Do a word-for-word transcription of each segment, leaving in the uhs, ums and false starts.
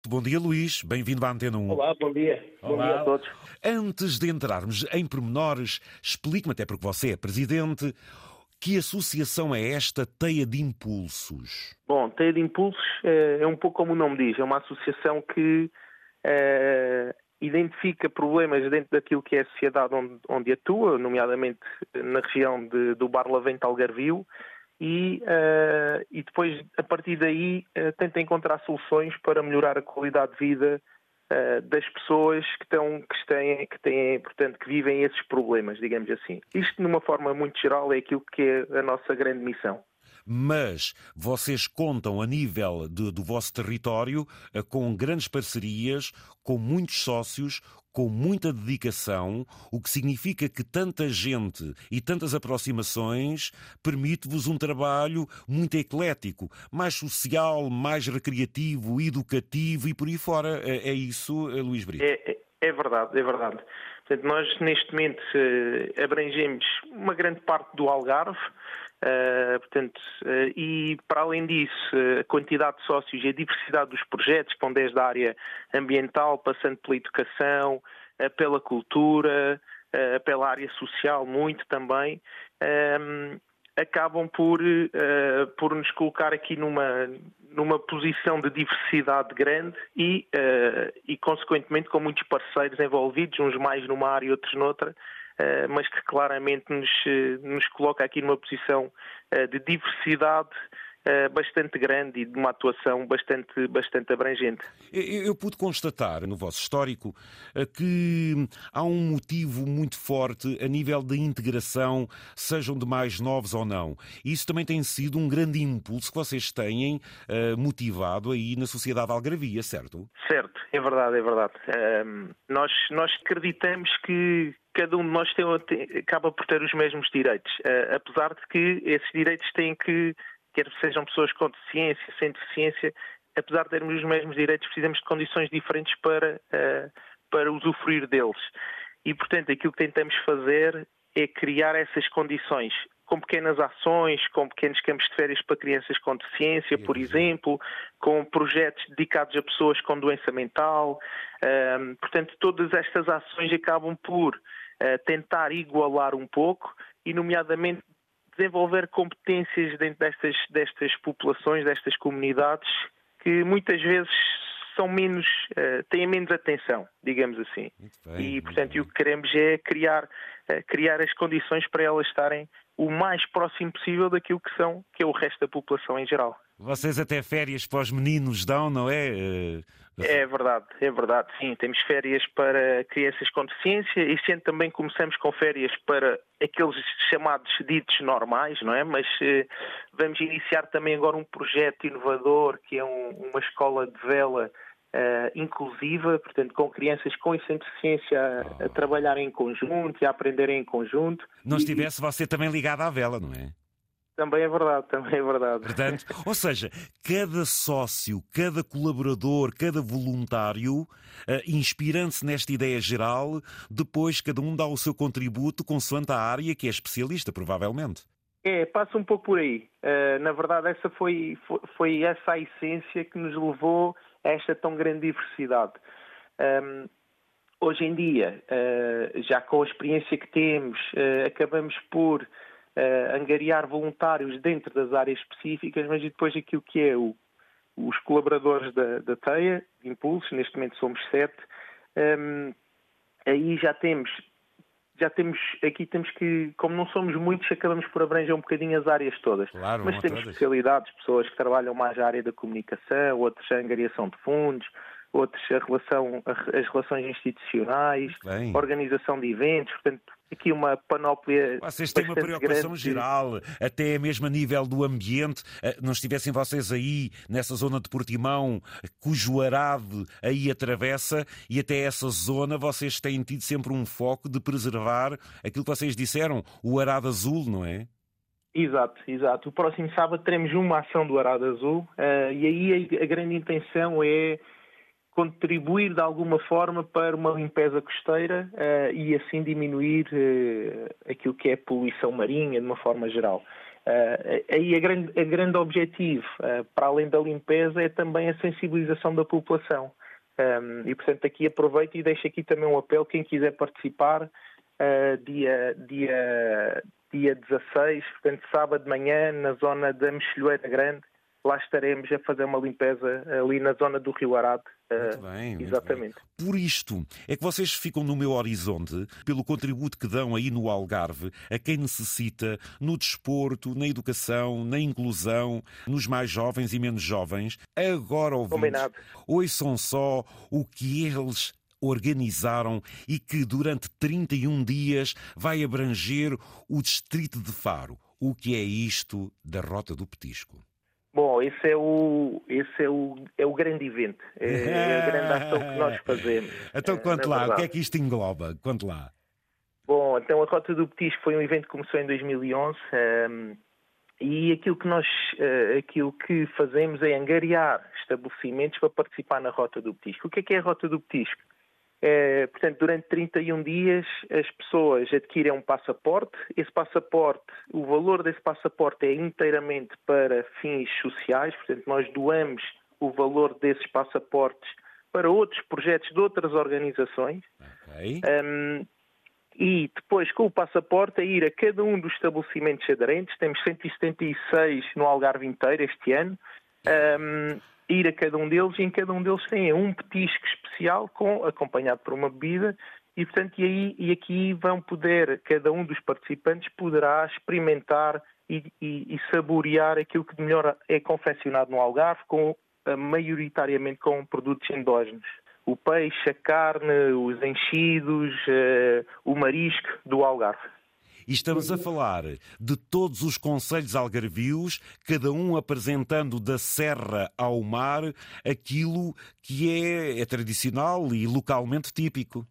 Bom dia, Luís. Bem-vindo à Antena um. Olá, bom dia. Olá. Bom dia a todos. Antes de entrarmos em pormenores, explique-me, até porque você é presidente, que associação é esta Teia de Impulsos? Bom, Teia de Impulsos é um pouco como o nome diz, é uma associação que é, identifica problemas dentro daquilo que é a sociedade onde, onde atua, nomeadamente na região de, do Barlavento Algarvio, e, uh, e depois, a partir daí, uh, tenta encontrar soluções para melhorar a qualidade de vida uh, das pessoas que, estão, que, têm, que, têm, portanto, que vivem esses problemas, digamos assim. Isto, numa forma muito geral, é aquilo que é a nossa grande missão. Mas vocês contam a nível de, do vosso território com grandes parcerias, com muitos sócios, com muita dedicação, o que significa que tanta gente e tantas aproximações permite-vos um trabalho muito eclético, mais social, mais recreativo, educativo e por aí fora. É, é isso, Luís Brito? É, é, é verdade, é verdade. Portanto, nós neste momento abrangemos uma grande parte do Algarve. Uh, portanto, uh, e para além disso, uh, a quantidade de sócios e a diversidade dos projetos, que vão desde a área ambiental, passando pela educação, uh, pela cultura, uh, pela área social, muito também, um, acabam por, uh, por nos colocar aqui numa, numa posição de diversidade grande e, uh, e, consequentemente, com muitos parceiros envolvidos, uns mais numa área e outros noutra, Uh, mas que claramente nos, uh, nos coloca aqui numa posição uh, de diversidade uh, bastante grande e de uma atuação bastante, bastante abrangente. Eu, eu pude constatar no vosso histórico uh, que há um motivo muito forte a nível da integração, sejam de mais novos ou não. E isso também tem sido um grande impulso que vocês têm uh, motivado aí na sociedade algarvia, certo? Certo, é verdade, é verdade. Uh, nós, nós acreditamos que cada um de nós tem, tem, acaba por ter os mesmos direitos, uh, apesar de que esses direitos têm que, quer sejam pessoas com deficiência, sem deficiência, apesar de termos os mesmos direitos, precisamos de condições diferentes para, uh, para usufruir deles. E, portanto, aquilo que tentamos fazer é criar essas condições, com pequenas ações, com pequenos campos de férias para crianças com deficiência, por exemplo, com projetos dedicados a pessoas com doença mental. Uh, portanto, todas estas ações acabam por tentar igualar um pouco e, nomeadamente, desenvolver competências dentro destas, destas populações, destas comunidades, que muitas vezes são menos, uh, têm menos atenção, digamos assim. Bem, e, portanto, e o que queremos é criar, uh, criar as condições para elas estarem o mais próximo possível daquilo que são, que é o resto da população em geral. Vocês até férias para os meninos dão, não é? Uh... É verdade, é verdade, sim. Temos férias para crianças com deficiência. Este ano também começamos com férias para aqueles chamados ditos normais, não é? Mas eh, vamos iniciar também agora um projeto inovador, que é um, uma escola de vela uh, inclusiva, portanto, com crianças com e sem deficiência a, a trabalhar em conjunto e a aprenderem em conjunto. Não e, estivesse você também ligado à vela, não é? Também é verdade, também é verdade. Portanto, ou seja, cada sócio, cada colaborador, cada voluntário, uh, inspirando-se nesta ideia geral, depois cada um dá o seu contributo consoante a área que é especialista, provavelmente. É, passa um pouco por aí. Uh, na verdade, essa foi, foi, foi essa a essência que nos levou a esta tão grande diversidade. Um, hoje em dia, uh, já com a experiência que temos, uh, acabamos por Uh, angariar voluntários dentro das áreas específicas, mas depois aquilo que é o, os colaboradores da, da Teia de Impulsos, neste momento somos sete, um, aí já temos, já temos, aqui temos que, como não somos muitos, acabamos por abranger um bocadinho as áreas todas. Claro, mas temos todas. especialidades, pessoas que trabalham mais na área da comunicação, outros a angariação de fundos, outros a relação, as relações institucionais, Bem. organização de eventos, portanto, aqui uma panóplia. Vocês têm uma preocupação grande. geral, até mesmo a nível do ambiente. Não estivessem vocês aí, nessa zona de Portimão, cujo arado aí atravessa, e até essa zona vocês têm tido sempre um foco de preservar aquilo que vocês disseram, o arado azul, não é? Exato, exato. O próximo sábado teremos uma ação do arado azul, uh, e aí a, a grande intenção é contribuir de alguma forma para uma limpeza costeira uh, e assim diminuir uh, aquilo que é a poluição marinha de uma forma geral. Uh, aí a grande, a grande objetivo, uh, para além da limpeza, é também a sensibilização da população. Um, e, portanto, aqui aproveito e deixo aqui também um apelo, quem quiser participar, uh, dia, dia, dia dezasseis, portanto, sábado de manhã, na zona da Mexilhoeira Grande, lá estaremos a fazer uma limpeza ali na zona do Rio Arado. Muito bem, muito exatamente. Bem. Por isto é que vocês ficam no meu horizonte, pelo contributo que dão aí no Algarve, a quem necessita, no desporto, na educação, na inclusão, nos mais jovens e menos jovens. Agora, ouvintes, ouçam só o que eles organizaram e que durante trinta e um dias vai abranger o distrito de Faro. O que é isto da Rota do Petisco? Bom, esse é o, esse é o, é o grande evento, é a grande ação que nós fazemos. Então, conte lá, verdade. O que é que isto engloba? Conte lá. Bom, então a Rota do Petisco foi um evento que começou em dois mil e onze um, e aquilo que nós uh, aquilo que fazemos é angariar estabelecimentos para participar na Rota do Petisco. O que é que é a Rota do Petisco? É, portanto, durante trinta e um dias as pessoas adquirem um passaporte. Esse passaporte, o valor desse passaporte é inteiramente para fins sociais, portanto nós doamos o valor desses passaportes para outros projetos de outras organizações. Okay. Um, e depois, com o passaporte, a ir a cada um dos estabelecimentos aderentes, temos cento e setenta e seis no Algarve inteiro este ano, um, ir a cada um deles e em cada um deles tem um petisco especial com, acompanhado por uma bebida e, portanto, e, aí, e aqui vão poder, cada um dos participantes poderá experimentar e, e, e saborear aquilo que de melhor é confeccionado no Algarve, com, maioritariamente com produtos endógenos. O peixe, a carne, os enchidos, uh, o marisco do Algarve. E estamos a falar de todos os concelhos algarvios, cada um apresentando da serra ao mar aquilo que é, é tradicional e localmente típico.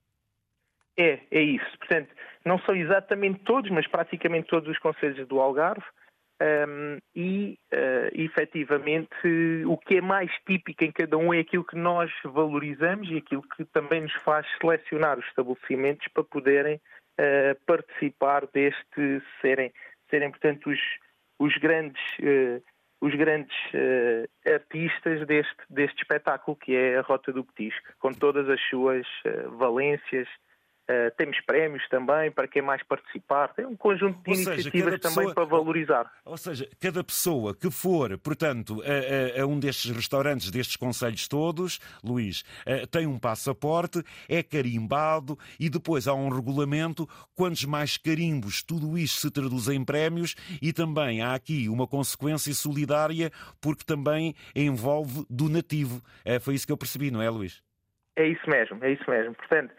É, é isso. Portanto, não são exatamente todos, mas praticamente todos os concelhos do Algarve. Um, e, uh, efetivamente, o que é mais típico em cada um é aquilo que nós valorizamos e aquilo que também nos faz selecionar os estabelecimentos para poderem uh, participar deste, serem, serem portanto, os, os grandes, uh, os grandes uh, artistas deste, deste espetáculo, que é a Rota do Petisco, com todas as suas uh, valências. Uh, temos prémios também para quem mais participar. Tem um conjunto de ou iniciativas seja, também pessoa, para valorizar. Ou, ou seja, cada pessoa que for, portanto, a, a, a um destes restaurantes, destes concelhos todos, Luís, uh, tem um passaporte, é carimbado e depois há um regulamento. Quantos mais carimbos, tudo isto se traduz em prémios e também há aqui uma consequência solidária porque também envolve donativo. Uh, foi isso que eu percebi, não é, Luís? É isso mesmo, é isso mesmo. Portanto,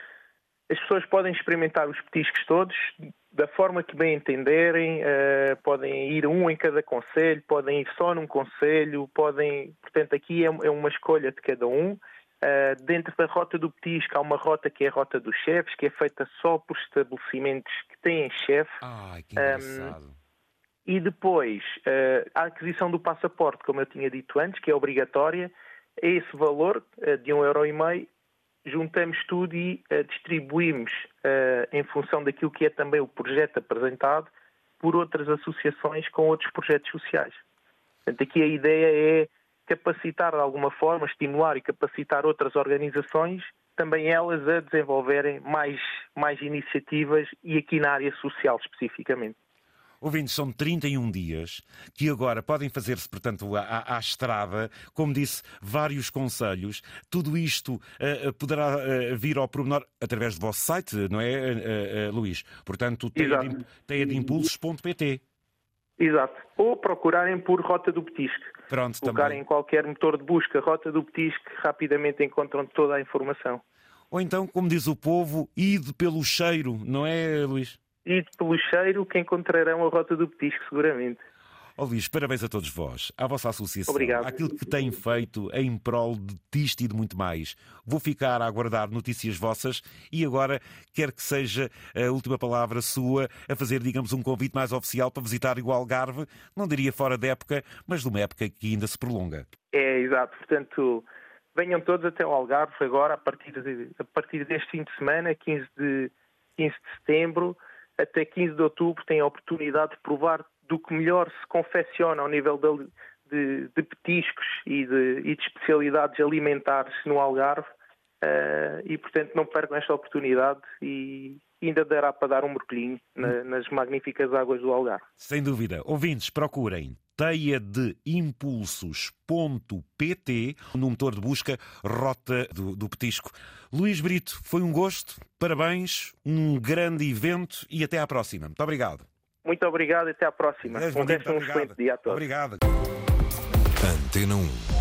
as pessoas podem experimentar os petiscos todos da forma que bem entenderem, uh, podem ir um em cada concelho, podem ir só num concelho, podem, portanto aqui é, é uma escolha de cada um. Uh, dentro da Rota do Petisco há uma rota que é a Rota dos Chefes, que é feita só por estabelecimentos que têm chefe. Ai, que engraçado. Um, e depois, uh, a aquisição do passaporte, como eu tinha dito antes, que é obrigatória, é esse valor uh, de um euro e meio. Juntamos tudo e uh, distribuímos, uh, em função daquilo que é também o projeto apresentado, por outras associações com outros projetos sociais. Portanto, aqui a ideia é capacitar de alguma forma, estimular e capacitar outras organizações, também elas a desenvolverem mais, mais iniciativas e aqui na área social especificamente. Ouvintes, são trinta e um dias que agora podem fazer-se, portanto, à, à estrada, como disse, vários concelhos. Tudo isto uh, poderá uh, vir ao pormenor através do vosso site, não é, uh, uh, Luís? Portanto, teia de impulsos ponto pt. Exato. Ou procurarem por Rota do Petisco. Pronto, colocarem também. Em qualquer motor de busca Rota do Petisco, rapidamente encontram toda a informação. Ou então, como diz o povo, ide pelo cheiro, não é, Luís? E pelo cheiro que encontrarão a Rota do Petisco, seguramente. Oh, Luís, parabéns a todos vós, à vossa associação, Obrigado. Àquilo que têm feito em prol disto e de muito mais. Vou ficar a aguardar notícias vossas e agora quero que seja a última palavra sua a fazer, digamos, um convite mais oficial para visitar o Algarve, não diria fora de época, mas de uma época que ainda se prolonga. É, exato. Portanto, venham todos até ao Algarve agora, a partir, de, a partir deste fim de semana, quinze de setembro, até quinze de outubro, têm a oportunidade de provar do que melhor se confecciona ao nível de, de, de petiscos e de, e de especialidades alimentares no Algarve, uh, e portanto não percam esta oportunidade e ainda dará para dar um mergulhinho na, nas magníficas águas do Algarve. Sem dúvida. Ouvintes, procurem teia de impulsos ponto pt no motor de busca Rota do, do Petisco. Luís Brito, foi um gosto, parabéns, um grande evento e até à próxima. Muito obrigado. Muito obrigado e até à próxima. Um resto de um excelente dia a todos. Obrigado. Antena um.